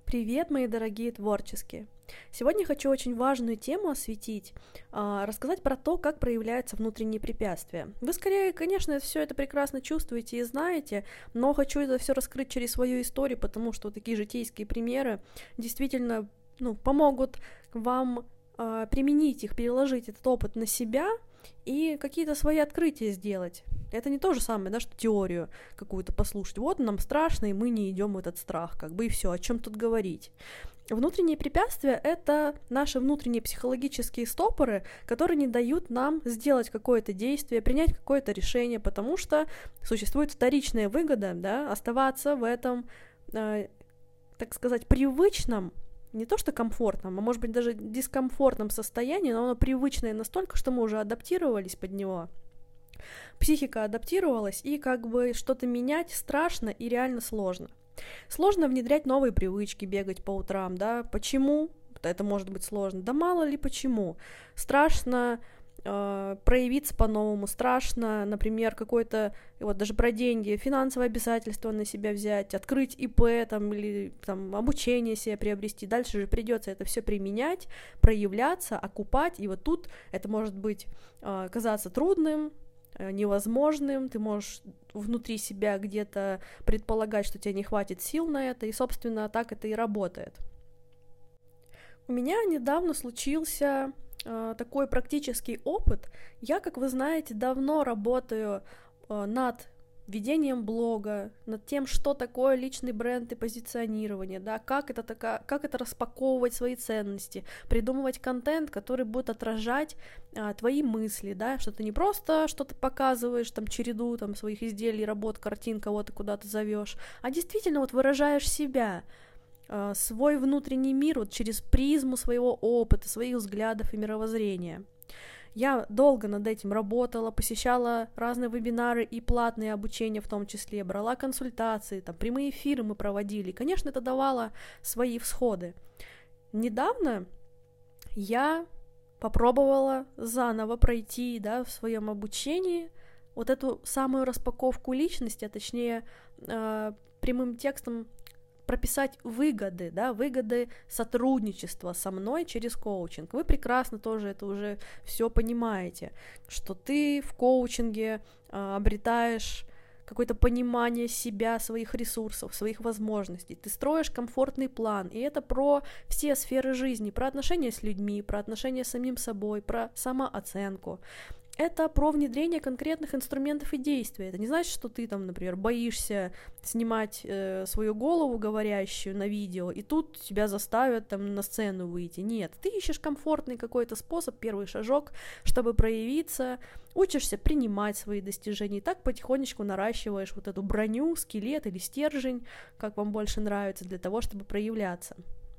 Привет, мои дорогие творческие! Сегодня хочу очень важную тему осветить, рассказать про то, как проявляются внутренние препятствия. Вы скорее, конечно, все это прекрасно чувствуете и знаете, но хочу это все раскрыть через свою историю, потому что такие житейские примеры действительно помогут вам применить их, переложить этот опыт на себя и какие-то свои открытия сделать. Это не то же самое, да, что теорию какую-то послушать. Вот нам страшно, и мы не идем в этот страх, и все, о чем тут говорить. Внутренние препятствия — это наши внутренние психологические стопоры, которые не дают нам сделать какое-то действие, принять какое-то решение, потому что существует вторичная выгода, да, оставаться в этом, так сказать, привычном, не то что комфортном, а может быть даже дискомфортном состоянии, но оно привычное настолько, что мы уже адаптировались под него. Психика адаптировалась, и что-то менять страшно и реально сложно. Сложно внедрять новые привычки, бегать по утрам, да, почему? Это может быть сложно, да мало ли почему. Страшно проявиться по-новому, страшно, например, даже про деньги, финансовые обязательства на себя взять, открыть ИП или обучение себе приобрести. Дальше же придется это все применять, проявляться, окупать, и вот тут это может быть казаться трудным, невозможным, ты можешь внутри себя где-то предполагать, что тебе не хватит сил на это, и, собственно, так это и работает. У меня недавно случился такой практический опыт. Я, как вы знаете, давно работаю над ведением блога, над тем, что такое личный бренд и позиционирование, да, как это распаковывать свои ценности, придумывать контент, который будет отражать твои мысли, да, что ты не просто что-то показываешь, череду своих изделий, работ, картин, кого-то куда-то зовешь, а действительно выражаешь себя, свой внутренний мир через призму своего опыта, своих взглядов и мировоззрения. Я долго над этим работала, посещала разные вебинары и платные обучения в том числе, брала консультации, прямые эфиры мы проводили, и, конечно, это давало свои всходы. Недавно я попробовала заново пройти, да, в своем обучении эту самую распаковку личности, а точнее прямым текстом прописать выгоды, да, выгоды сотрудничества со мной через коучинг. Вы прекрасно тоже это уже все понимаете, что ты в коучинге обретаешь какое-то понимание себя, своих ресурсов, своих возможностей. Ты строишь комфортный план, и это про все сферы жизни, про отношения с людьми, про отношения с самим собой, про самооценку. Это про внедрение конкретных инструментов и действий. Это не значит, что ты например, боишься снимать свою голову говорящую на видео, и тут тебя заставят на сцену выйти. Нет, ты ищешь комфортный какой-то способ, первый шажок, чтобы проявиться, учишься принимать свои достижения, и так потихонечку наращиваешь эту броню, скелет или стержень, как вам больше нравится, для того, чтобы проявляться.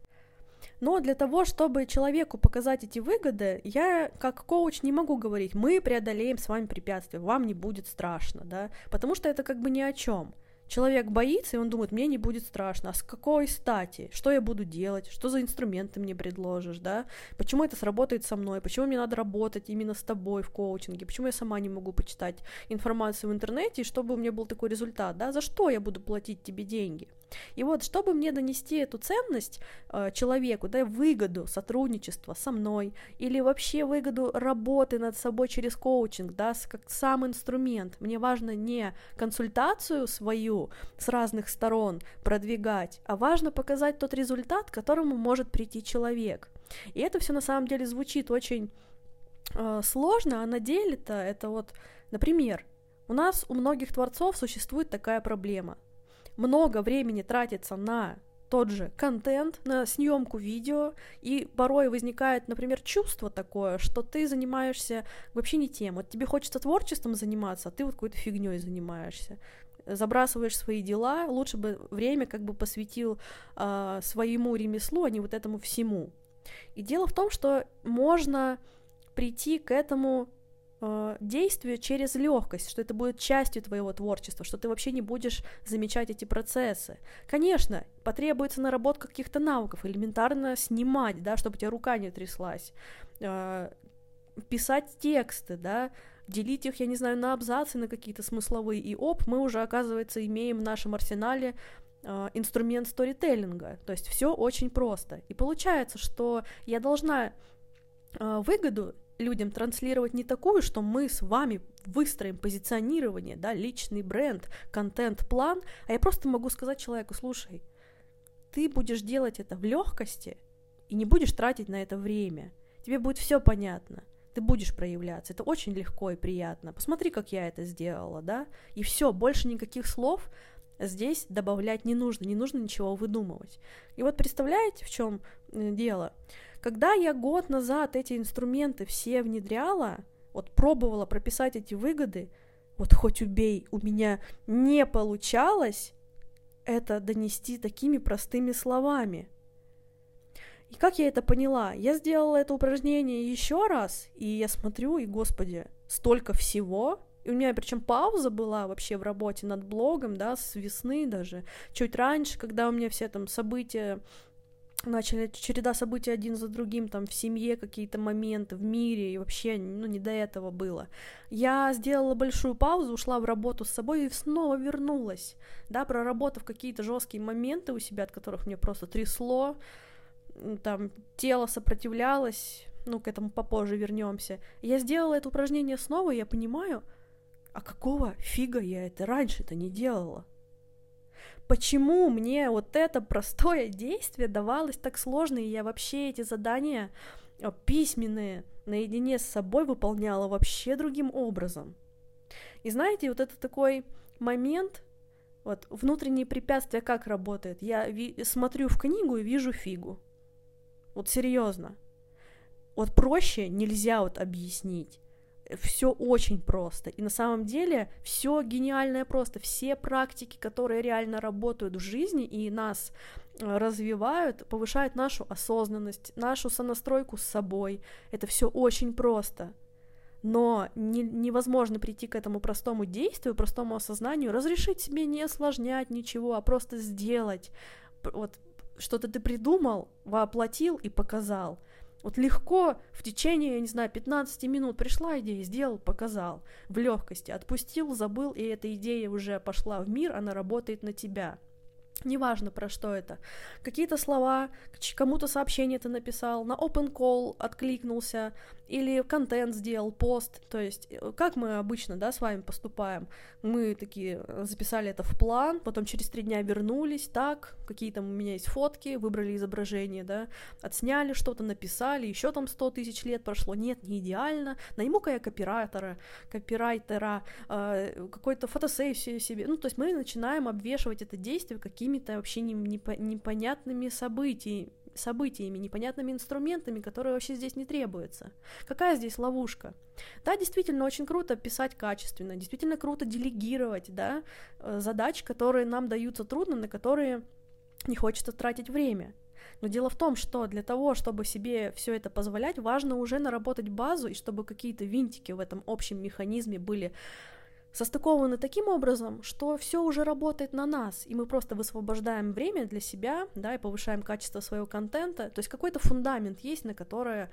Но для того, чтобы человеку показать эти выгоды, я как коуч не могу говорить: мы преодолеем с вами препятствия, вам не будет страшно, да, потому что это ни о чем. Человек боится, и он думает: мне не будет страшно, а с какой стати? Что я буду делать? Что за инструменты мне предложишь, да? Почему это сработает со мной? Почему мне надо работать именно с тобой в коучинге? Почему я сама не могу почитать информацию в интернете, и чтобы у меня был такой результат, да? За что я буду платить тебе деньги? И чтобы мне донести эту ценность человеку, да, выгоду сотрудничества со мной или вообще выгоду работы над собой через коучинг, да, как сам инструмент, мне важно не консультацию свою с разных сторон продвигать, а важно показать тот результат, к которому может прийти человек. И это все на самом деле звучит очень сложно, а на деле-то это например, у многих творцов существует такая проблема. Много времени тратится на тот же контент, на съемку видео, и порой возникает, например, чувство такое, что ты занимаешься вообще не тем. Тебе хочется творчеством заниматься, а ты какой-то фигней занимаешься. Забрасываешь свои дела, лучше бы время посвятил своему ремеслу, а не этому всему. И дело в том, что можно прийти к этому действию через легкость, что это будет частью твоего творчества, что ты вообще не будешь замечать эти процессы. Конечно, потребуется наработка каких-то навыков, элементарно снимать, да, чтобы у тебя рука не тряслась, писать тексты, да, делить их, я не знаю, на абзацы, на какие-то смысловые, и мы уже, оказывается, имеем в нашем арсенале инструмент сторителлинга, то есть все очень просто. И получается, что я должна выгоду людям транслировать не такую, что мы с вами выстроим позиционирование, да, личный бренд, контент-план, а я просто могу сказать человеку: слушай, ты будешь делать это в легкости и не будешь тратить на это время. Тебе будет все понятно, ты будешь проявляться, это очень легко и приятно. Посмотри, как я это сделала, да, и все, больше никаких слов здесь добавлять не нужно ничего выдумывать. И вот представляете, в чем дело? Когда я год назад эти инструменты все внедряла, вот пробовала прописать эти выгоды, вот хоть убей, у меня не получалось это донести такими простыми словами. И как я это поняла? Я сделала это упражнение еще раз, и я смотрю, и, господи, столько всего. И у меня причем пауза была вообще в работе над блогом, да, с весны даже, чуть раньше, когда у меня все там события, начали череда событий один за другим, там в семье какие-то моменты, в мире, и вообще, не до этого было. Я сделала большую паузу, ушла в работу с собой и снова вернулась, да, проработав какие-то жесткие моменты у себя, от которых мне просто трясло, там тело сопротивлялось, к этому попозже вернемся. Я сделала это упражнение снова, и я понимаю, а какого фига я это раньше-то не делала? Почему мне вот это простое действие давалось так сложно, и я вообще эти задания письменные наедине с собой выполняла вообще другим образом? И знаете, вот это такой момент, вот внутренние препятствия как работает? Я смотрю в книгу и вижу фигу. Вот серьезно. Вот проще нельзя вот объяснить. Все очень просто. И на самом деле все гениальное просто. Все практики, которые реально работают в жизни и нас развивают, повышают нашу осознанность, нашу сонастройку с собой. Это все очень просто. Но невозможно прийти к этому простому действию, простому осознанию, разрешить себе не осложнять ничего, а просто сделать. Вот что-то ты придумал, воплотил и показал. Вот легко в течение, я не знаю, 15 минут пришла идея, сделал, показал, в легкости, отпустил, забыл, и эта идея уже пошла в мир, она работает на тебя. Неважно, про что это. Какие-то слова, кому-то сообщение ты написал, на open call откликнулся, или контент сделал, пост. То есть, как мы обычно, да, с вами поступаем? Мы такие записали это в план, потом через 3 дня вернулись, так, какие-то у меня есть фотки, выбрали изображение, да, отсняли что-то, написали, еще там 100 тысяч лет прошло, нет, не идеально, найму-ка я копирайтера, какой-то фотосессию себе. То есть мы начинаем обвешивать это действие какими-то вообще непонятными событиями, непонятными инструментами, которые вообще здесь не требуются. Какая здесь ловушка? Да, действительно очень круто писать качественно, действительно круто делегировать, да, задачи, которые нам даются трудно, на которые не хочется тратить время. Но дело в том, что для того, чтобы себе все это позволять, важно уже наработать базу, и чтобы какие-то винтики в этом общем механизме были состыкованы таким образом, что все уже работает на нас, и мы просто высвобождаем время для себя, да, и повышаем качество своего контента. То есть какой-то фундамент есть, на который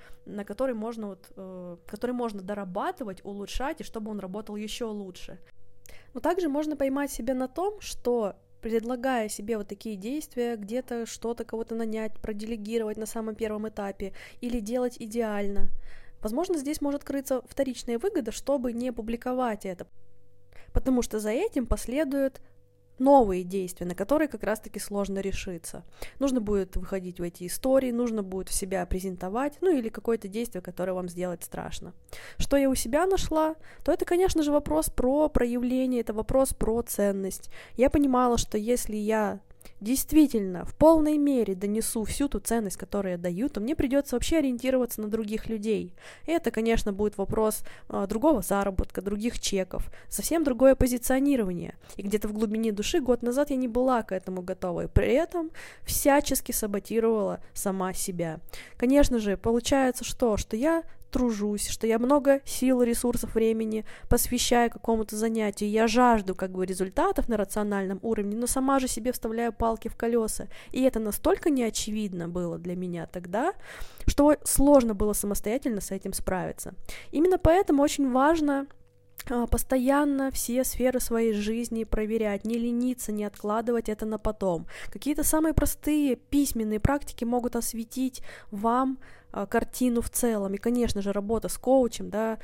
можно который можно дорабатывать, улучшать, и чтобы он работал еще лучше. Но также можно поймать себя на том, что, предлагая себе вот такие действия, где-то что-то, кого-то нанять, проделегировать на самом первом этапе или делать идеально, возможно, здесь может крыться вторичная выгода, чтобы не публиковать это. Потому что за этим последуют новые действия, на которые как раз-таки сложно решиться. Нужно будет выходить в эти истории, нужно будет себя презентовать, или какое-то действие, которое вам сделать страшно. Что я у себя нашла, то это, конечно же, вопрос про проявление, это вопрос про ценность. Я понимала, что если я действительно в полной мере донесу всю ту ценность, которую я даю, то мне придется вообще ориентироваться на других людей. И это, конечно, будет вопрос другого заработка, других чеков, совсем другое позиционирование. И где-то в глубине души год назад я не была к этому готова, и при этом всячески саботировала сама себя. Конечно же, получается что я тружусь, что я много сил, ресурсов, времени посвящаю какому-то занятию, я жажду результатов на рациональном уровне, но сама же себе вставляю палки в колеса. И это настолько неочевидно было для меня тогда, что сложно было самостоятельно с этим справиться. Именно поэтому очень важно постоянно все сферы своей жизни проверять, не лениться, не откладывать это на потом. Какие-то самые простые письменные практики могут осветить вам картину в целом. И, конечно же, работа с коучем, да,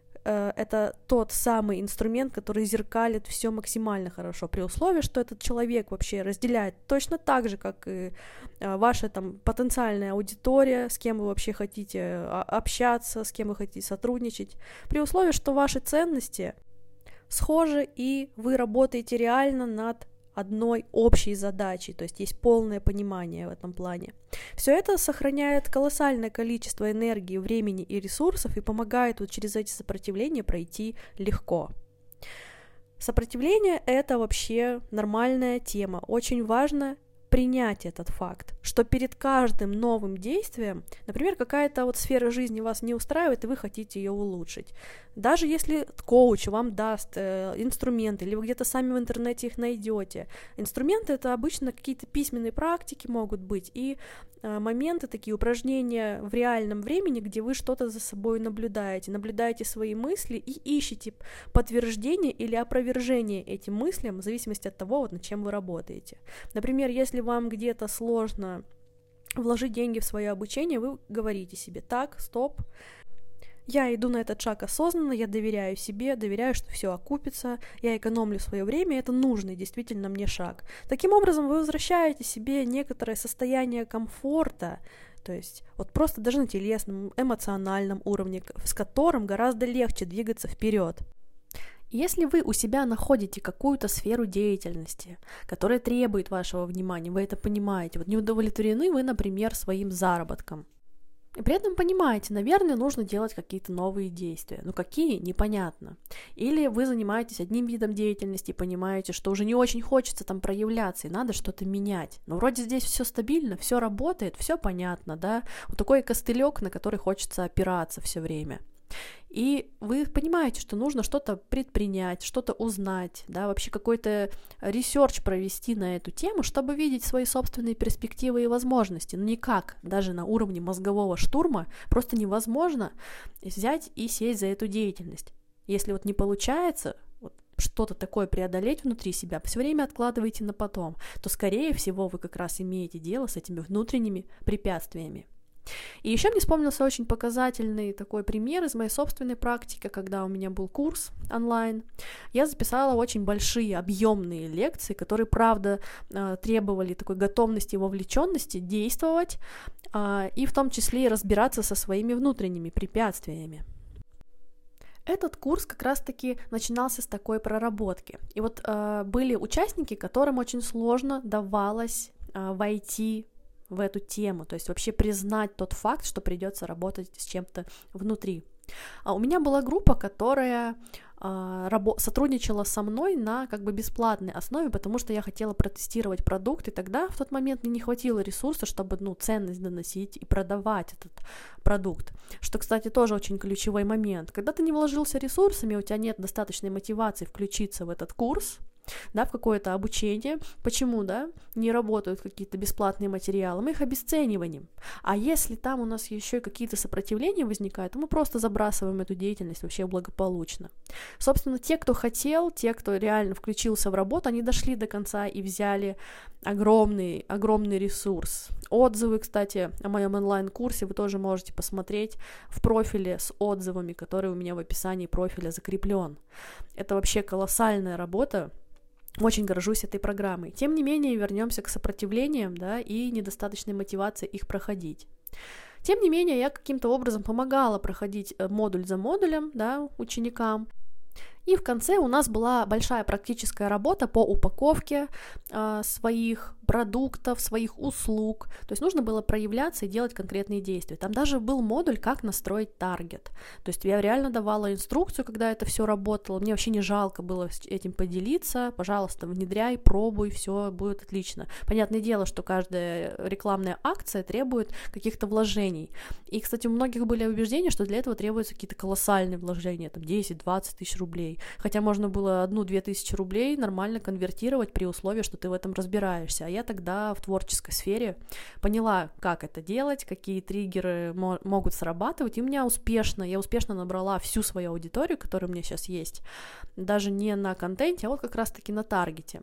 это тот самый инструмент, который зеркалит все максимально хорошо, при условии, что этот человек вообще разделяет точно так же, как и ваша там потенциальная аудитория, с кем вы вообще хотите общаться, с кем вы хотите сотрудничать, при условии, что ваши ценности схожи и вы работаете реально над одной общей задачей, то есть есть полное понимание в этом плане. Все это сохраняет колоссальное количество энергии, времени и ресурсов и помогает вот через эти сопротивления пройти легко. Сопротивление — это вообще нормальная тема. Очень важно принять этот факт, что перед каждым новым действием, например, какая-то вот сфера жизни вас не устраивает, и вы хотите ее улучшить. Даже если коуч вам даст инструменты, или вы где-то сами в интернете их найдете. Инструменты — это обычно какие-то письменные практики могут быть, и моменты, такие упражнения в реальном времени, где вы что-то за собой наблюдаете свои мысли и ищете подтверждение или опровержение этим мыслям в зависимости от того, вот, над чем вы работаете. Например, если вам где-то сложно вложить деньги в свое обучение, вы говорите себе: так, стоп, я иду на этот шаг осознанно, я доверяю себе, доверяю, что все окупится, я экономлю свое время, это нужный действительно мне шаг. Таким образом, вы возвращаете себе некоторое состояние комфорта, то есть вот просто даже на телесном, эмоциональном уровне, с которым гораздо легче двигаться вперед. Если вы у себя находите какую-то сферу деятельности, которая требует вашего внимания, вы это понимаете, вот не удовлетворены вы, например, своим заработком, и при этом понимаете, наверное, нужно делать какие-то новые действия. Но какие? Непонятно. Или вы занимаетесь одним видом деятельности и понимаете, что уже не очень хочется там проявляться, и надо что-то менять. Но вроде здесь все стабильно, все работает, все понятно, да? Вот такой костылек, на который хочется опираться все время. И вы понимаете, что нужно что-то предпринять, что-то узнать, да, вообще какой-то ресерч провести на эту тему, чтобы видеть свои собственные перспективы и возможности. Но никак, даже на уровне мозгового штурма, просто невозможно взять и сесть за эту деятельность. Если вот не получается вот что-то такое преодолеть внутри себя, все время откладываете на потом, то, скорее всего, вы как раз имеете дело с этими внутренними препятствиями. И еще мне вспомнился очень показательный такой пример из моей собственной практики, когда у меня был курс онлайн. Я записала очень большие, объемные лекции, которые, правда, требовали такой готовности и вовлеченности действовать, и в том числе и разбираться со своими внутренними препятствиями. Этот курс как раз-таки начинался с такой проработки. И вот были участники, которым очень сложно давалось войти в эту тему, то есть вообще признать тот факт, что придется работать с чем-то внутри. А у меня была группа, которая сотрудничала со мной на как бы бесплатной основе, потому что я хотела протестировать продукт, и тогда в тот момент мне не хватило ресурса, чтобы ценность доносить и продавать этот продукт, что, кстати, тоже очень ключевой момент. Когда ты не вложился ресурсами, у тебя нет достаточной мотивации включиться в этот курс, да, в какое-то обучение. Почему, да, не работают какие-то бесплатные материалы? Мы их обесцениваем. А если там у нас еще и какие-то сопротивления возникают, то мы просто забрасываем эту деятельность вообще благополучно. Собственно, те, кто хотел, те, кто реально включился в работу, они дошли до конца и взяли огромный ресурс. Отзывы, кстати, о моем онлайн-курсе вы тоже можете посмотреть в профиле с отзывами, который у меня в описании профиля закреплен. Это вообще колоссальная работа. Очень горжусь этой программой. Тем не менее, вернемся к сопротивлениям, да, и недостаточной мотивации их проходить. Тем не менее, я каким-то образом помогала проходить модуль за модулем, да, ученикам. И в конце у нас была большая практическая работа по упаковке своих продуктов, своих услуг. То есть нужно было проявляться и делать конкретные действия. Там даже был модуль, как настроить таргет. То есть я реально давала инструкцию, когда это все работало. Мне вообще не жалко было этим поделиться. Пожалуйста, внедряй, пробуй, все будет отлично. Понятное дело, что каждая рекламная акция требует каких-то вложений. И, кстати, у многих были убеждения, что для этого требуются какие-то колоссальные вложения, там 10-20 тысяч рублей. рублей, хотя можно было 1-2 тысячи рублей нормально конвертировать при условии, что ты в этом разбираешься. А я тогда в творческой сфере поняла, как это делать, какие триггеры могут срабатывать, и я успешно набрала всю свою аудиторию, которая у меня сейчас есть, даже не на контенте, а вот как раз-таки на таргете.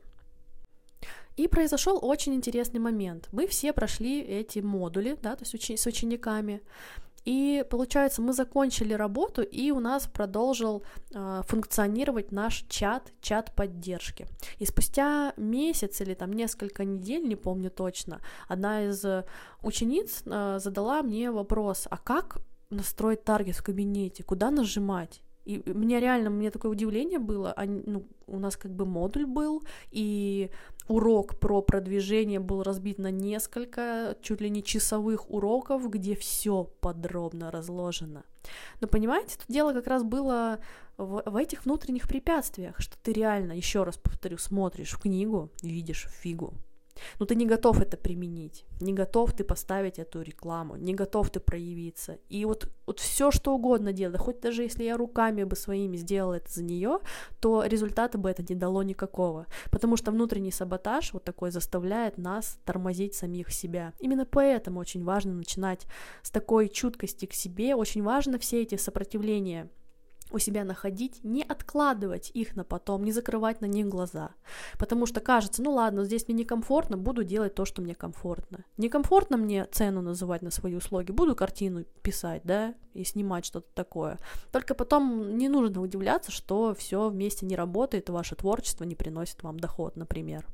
И произошел очень интересный момент. Мы все прошли эти модули, да, то есть с учениками, и, получается, мы закончили работу, и у нас продолжил функционировать наш чат поддержки. И спустя месяц или там несколько недель, не помню точно, одна из учениц задала мне вопрос: а как настроить таргет в кабинете, куда нажимать? И мне такое удивление было, у нас как бы модуль был, и урок про продвижение был разбит на несколько, чуть ли не часовых уроков, где все подробно разложено. Но понимаете, тут дело как раз было в этих внутренних препятствиях, что ты реально, еще раз повторю, смотришь в книгу, видишь фигу. Но ты не готов это применить, не готов ты поставить эту рекламу, не готов ты проявиться. И вот все, что угодно делать, хоть даже если я руками бы своими сделала это за нее, то результата бы это не дало никакого. Потому что внутренний саботаж вот такой заставляет нас тормозить самих себя. Именно поэтому очень важно начинать с такой чуткости к себе, очень важно все эти сопротивления у себя находить, не откладывать их на потом, не закрывать на них глаза. Потому что кажется, ладно, здесь мне некомфортно, буду делать то, что мне комфортно. Некомфортно мне цену называть на свои услуги, буду картину писать, да, и снимать что-то такое. Только потом не нужно удивляться, что все вместе не работает, и ваше творчество не приносит вам доход, например.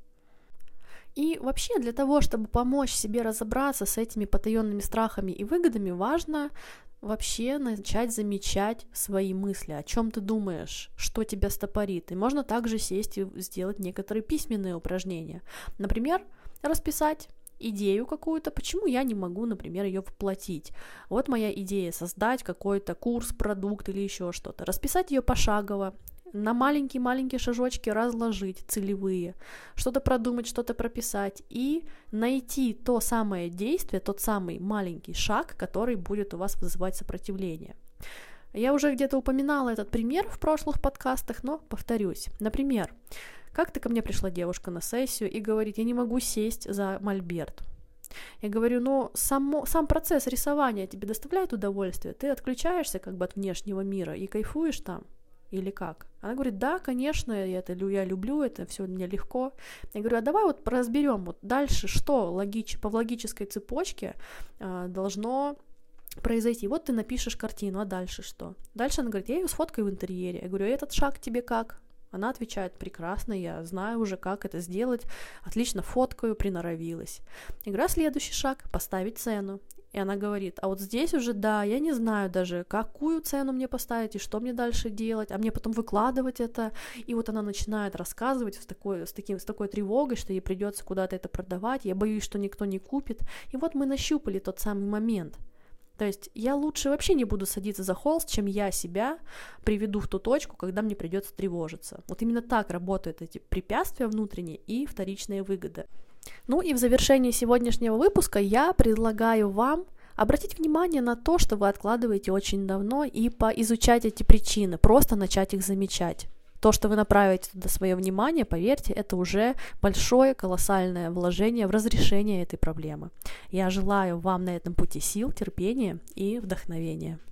И вообще для того, чтобы помочь себе разобраться с этими потаенными страхами и выгодами, важно вообще начать замечать свои мысли, о чем ты думаешь, что тебя стопорит. И можно также сесть и сделать некоторые письменные упражнения. Например, расписать идею какую-то, почему я не могу, например, ее воплотить. Вот моя идея — создать какой-то курс, продукт или еще что-то. Расписать ее пошагово, на маленькие-маленькие шажочки разложить, целевые, что-то продумать, что-то прописать и найти то самое действие, тот самый маленький шаг, который будет у вас вызывать сопротивление. Я уже где-то упоминала этот пример в прошлых подкастах, но повторюсь. Например, как-то ко мне пришла девушка на сессию и говорит: я не могу сесть за мольберт. Я говорю: сам процесс рисования тебе доставляет удовольствие? Ты отключаешься как бы от внешнего мира и кайфуешь там? Или как? Она говорит: да, конечно, я люблю это, все мне легко. Я говорю: а давай вот разберем вот дальше, что по логической цепочке должно произойти. Вот ты напишешь картину, а дальше что? Дальше она говорит: я ее сфоткаю в интерьере. Я говорю: а этот шаг тебе как? Она отвечает: прекрасно, я знаю уже, как это сделать, отлично фоткаю, приноровилась. Я говорю: а следующий шаг — поставить цену. И она говорит: а вот здесь уже, да, я не знаю даже, какую цену мне поставить и что мне дальше делать, а мне потом выкладывать это. И вот она начинает рассказывать с такой тревогой, что ей придется куда-то это продавать, я боюсь, что никто не купит. И вот мы нащупали тот самый момент. То есть я лучше вообще не буду садиться за холст, чем я себя приведу в ту точку, когда мне придется тревожиться. Вот именно так работают эти препятствия внутренние и вторичные выгоды. Ну и в завершении сегодняшнего выпуска я предлагаю вам обратить внимание на то, что вы откладываете очень давно, и поизучать эти причины, просто начать их замечать. То, что вы направите туда свое внимание, поверьте, это уже большое, колоссальное вложение в разрешение этой проблемы. Я желаю вам на этом пути сил, терпения и вдохновения.